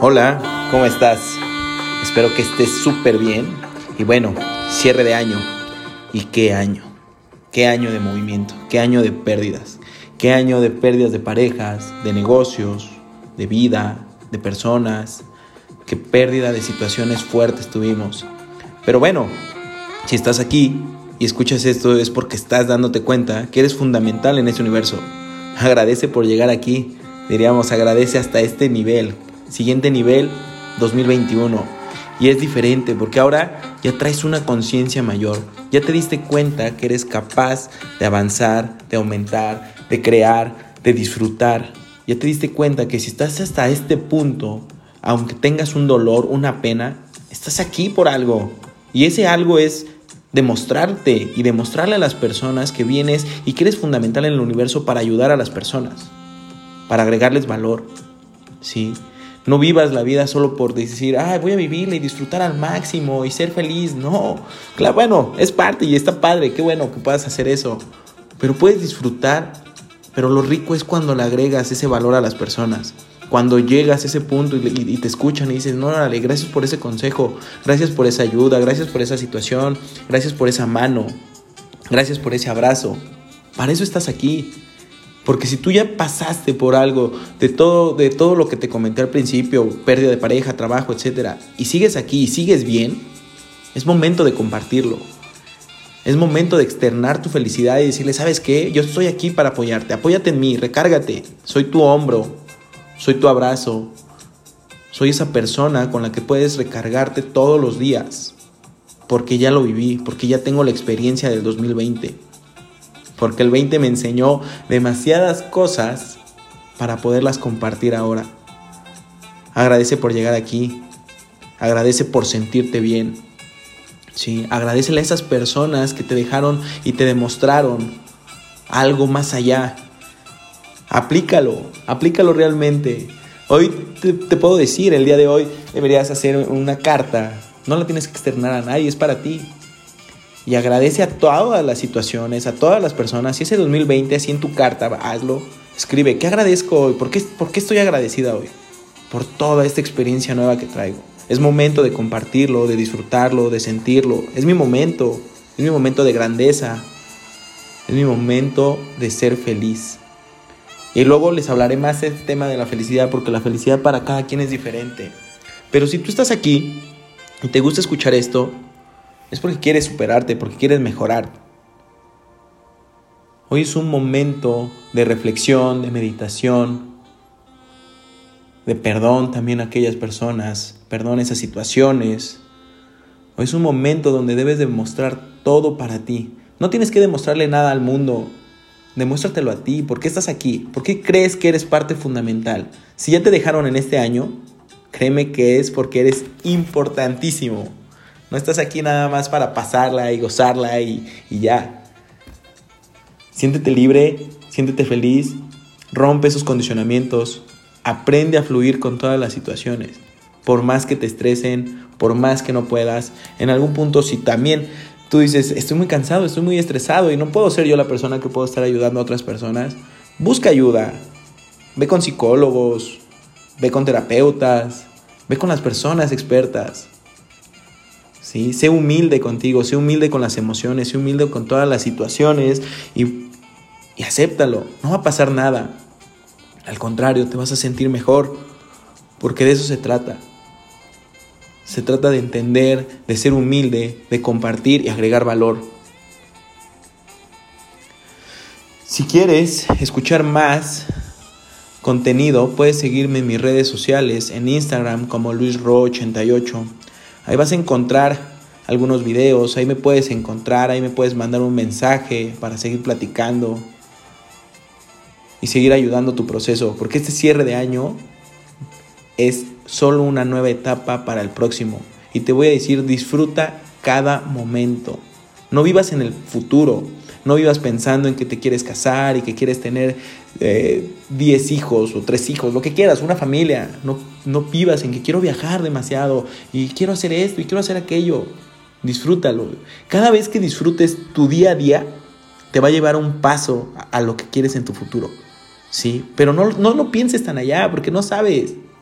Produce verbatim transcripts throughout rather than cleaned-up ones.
Hola, ¿cómo estás? Espero que estés súper bien. Y bueno, cierre de año. ¿Y qué año? ¿Qué año de movimiento? ¿Qué año de pérdidas? ¿Qué año de pérdidas de parejas, de negocios, de vida, de personas? ¿Qué pérdida de situaciones fuertes tuvimos? Pero bueno, si estás aquí y escuchas esto es porque estás dándote cuenta que eres fundamental en este universo. Agradece por llegar aquí. Diríamos, agradece hasta este nivel. Siguiente nivel, dos mil veintiuno. Y es diferente porque ahora ya traes una conciencia mayor. Ya te diste cuenta que eres capaz de avanzar, de aumentar, de crear, de disfrutar. Ya te diste cuenta que si estás hasta este punto, aunque tengas un dolor, una pena, estás aquí por algo. Y ese algo es demostrarte y demostrarle a las personas que vienes y que eres fundamental en el universo para ayudar a las personas, para agregarles valor, ¿sí? No vivas la vida solo por decir, ah, voy a vivirla y disfrutar al máximo y ser feliz. No, claro, bueno, es parte y está padre, qué bueno que puedas hacer eso. Pero puedes disfrutar, pero lo rico es cuando le agregas ese valor a las personas. Cuando llegas a ese punto y, y, y te escuchan y dices, no, dale, gracias por ese consejo, gracias por esa ayuda, gracias por esa situación, gracias por esa mano, gracias por ese abrazo. Para eso estás aquí. Porque si tú ya pasaste por algo de todo, de todo lo que te comenté al principio, pérdida de pareja, trabajo, etcétera, y sigues aquí y sigues bien, es momento de compartirlo. Es momento de externar tu felicidad y decirle, ¿sabes qué? Yo estoy aquí para apoyarte. Apóyate en mí, recárgate. Soy tu hombro, soy tu abrazo. Soy esa persona con la que puedes recargarte todos los días. Porque ya lo viví, porque ya tengo la experiencia del dos mil veinte. Porque el veinte me enseñó demasiadas cosas para poderlas compartir ahora. Agradece por llegar aquí. Agradece por sentirte bien. Sí, agradécele a esas personas que te dejaron y te demostraron algo más allá. Aplícalo, aplícalo realmente. Hoy te, te puedo decir, el día de hoy deberías hacer una carta. No la tienes que externar a nadie, es para ti. Y agradece a todas las situaciones, a todas las personas. Si ese dos mil veinte, así en tu carta, hazlo. Escribe, ¿qué agradezco hoy? ¿Por qué, por qué estoy agradecida hoy? Por toda esta experiencia nueva que traigo. Es momento de compartirlo, de disfrutarlo, de sentirlo. Es mi momento. Es mi momento de grandeza. Es mi momento de ser feliz. Y luego les hablaré más del tema de la felicidad, porque la felicidad para cada quien es diferente. Pero si tú estás aquí y te gusta escuchar esto, es porque quieres superarte, porque quieres mejorar. Hoy es un momento de reflexión, de meditación, de perdón también a aquellas personas, perdón a esas situaciones. Hoy es un momento donde debes demostrar todo para ti. No tienes que demostrarle nada al mundo. Demuéstratelo a ti. ¿Por qué estás aquí? ¿Por qué crees que eres parte fundamental? Si ya te dejaron en este año, créeme que es porque eres importantísimo. No estás aquí nada más para pasarla y gozarla y, y ya. Siéntete libre, siéntete feliz, rompe esos condicionamientos, aprende a fluir con todas las situaciones. Por más que te estresen, por más que no puedas, en algún punto si también tú dices, estoy muy cansado, estoy muy estresado y no puedo ser yo la persona que puedo estar ayudando a otras personas, busca ayuda. Ve con psicólogos, ve con terapeutas, ve con las personas expertas. ¿Sí? Sé humilde contigo, sé humilde con las emociones, sé humilde con todas las situaciones y, y acéptalo. No va a pasar nada. Al contrario, te vas a sentir mejor porque de eso se trata. Se trata de entender, de ser humilde, de compartir y agregar valor. Si quieres escuchar más contenido, puedes seguirme en mis redes sociales, en Instagram como luisro ochenta y ocho. Ahí vas a encontrar algunos videos, ahí me puedes encontrar, ahí me puedes mandar un mensaje para seguir platicando y seguir ayudando tu proceso, porque este cierre de año es solo una nueva etapa para el próximo. Y te voy a decir, disfruta cada momento. No vivas en el futuro, no vivas pensando en que te quieres casar y que quieres tener diez eh, hijos o tres hijos, lo que quieras, una familia. No, no vivas en que quiero viajar demasiado y quiero hacer esto y quiero hacer aquello. Disfrútalo. Cada vez que disfrutes tu día a día, te va a llevar un paso a, a lo que quieres en tu futuro. ¿Sí? Pero no, no lo pienses tan allá porque no sabes.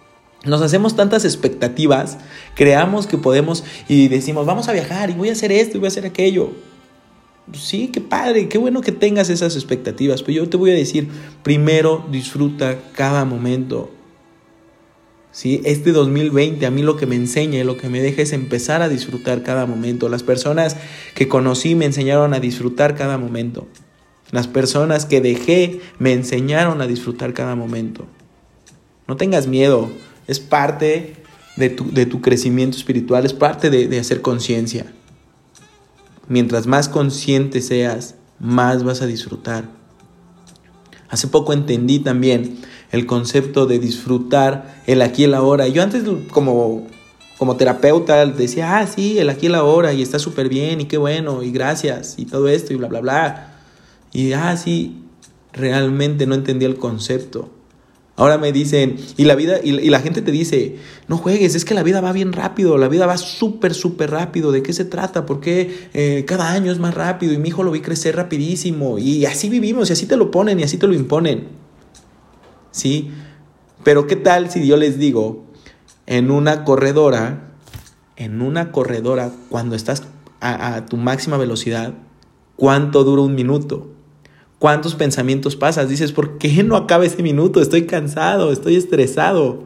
Nos hacemos tantas expectativas, creamos que podemos y decimos, vamos a viajar y voy a hacer esto y voy a hacer aquello. Sí, qué padre, qué bueno que tengas esas expectativas, pero yo te voy a decir, primero disfruta cada momento. ¿Sí? Este dos mil veinte a mí lo que me enseña y lo que me deja es empezar a disfrutar cada momento. Las personas que conocí me enseñaron a disfrutar cada momento. Las personas que dejé me enseñaron a disfrutar cada momento. No tengas miedo, es parte de tu, de tu crecimiento espiritual, es parte de, de hacer conciencia. Mientras más consciente seas, más vas a disfrutar. Hace poco entendí también el concepto de disfrutar el aquí y el ahora. Yo antes como, como terapeuta decía, ah, sí, el aquí y el ahora, y está súper bien, y qué bueno, y gracias, y todo esto, y bla, bla, bla. Y ah, sí, realmente no entendía el concepto. Ahora me dicen, y la vida, y, y la gente te dice, no juegues, es que la vida va bien rápido, la vida va súper, súper rápido. ¿De qué se trata? ¿Por qué eh, cada año es más rápido? Y mi hijo lo vi crecer rapidísimo. Y así vivimos, y así te lo ponen, y así te lo imponen. ¿Sí? Pero ¿qué tal si yo les digo, en una corredora, en una corredora, cuando estás a, a tu máxima velocidad, ¿cuánto dura un minuto? ¿Cuántos pensamientos pasas? Dices, ¿por qué no acaba ese minuto? Estoy cansado, estoy estresado.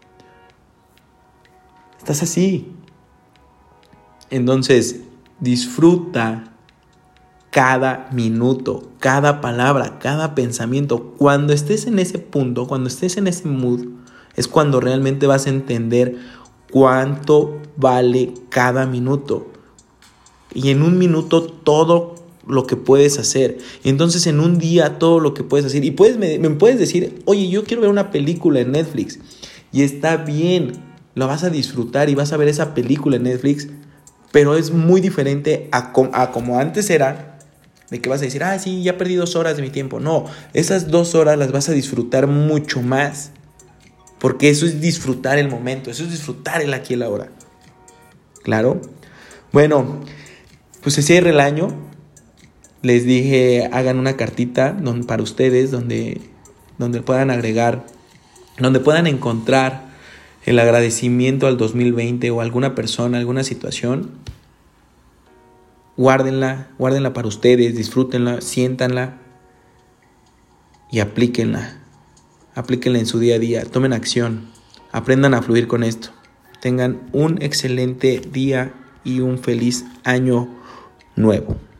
Estás así. Entonces, disfruta cada minuto, cada palabra, cada pensamiento. Cuando estés en ese punto, cuando estés en ese mood, es cuando realmente vas a entender cuánto vale cada minuto. Y en un minuto todo lo que puedes hacer. Y entonces en un día todo lo que puedes hacer. Y puedes, me, me puedes decir, oye, yo quiero ver una película en Netflix. Y está bien, la vas a disfrutar y vas a ver esa película en Netflix. Pero es muy diferente a, com- a como antes era, de que vas a decir, ah, sí, ya perdí dos horas de mi tiempo. No, esas dos horas las vas a disfrutar mucho más. Porque eso es disfrutar el momento, eso es disfrutar el aquí y el ahora. ¿Claro? Bueno, pues se cierra el año. Les dije, hagan una cartita donde, para ustedes, donde, donde puedan agregar, donde puedan encontrar el agradecimiento al dos mil veinte o a alguna persona, alguna situación. Guárdenla, guárdenla para ustedes, disfrútenla, siéntanla y aplíquenla. Aplíquenla en su día a día, tomen acción, aprendan a fluir con esto. Tengan un excelente día y un feliz año nuevo.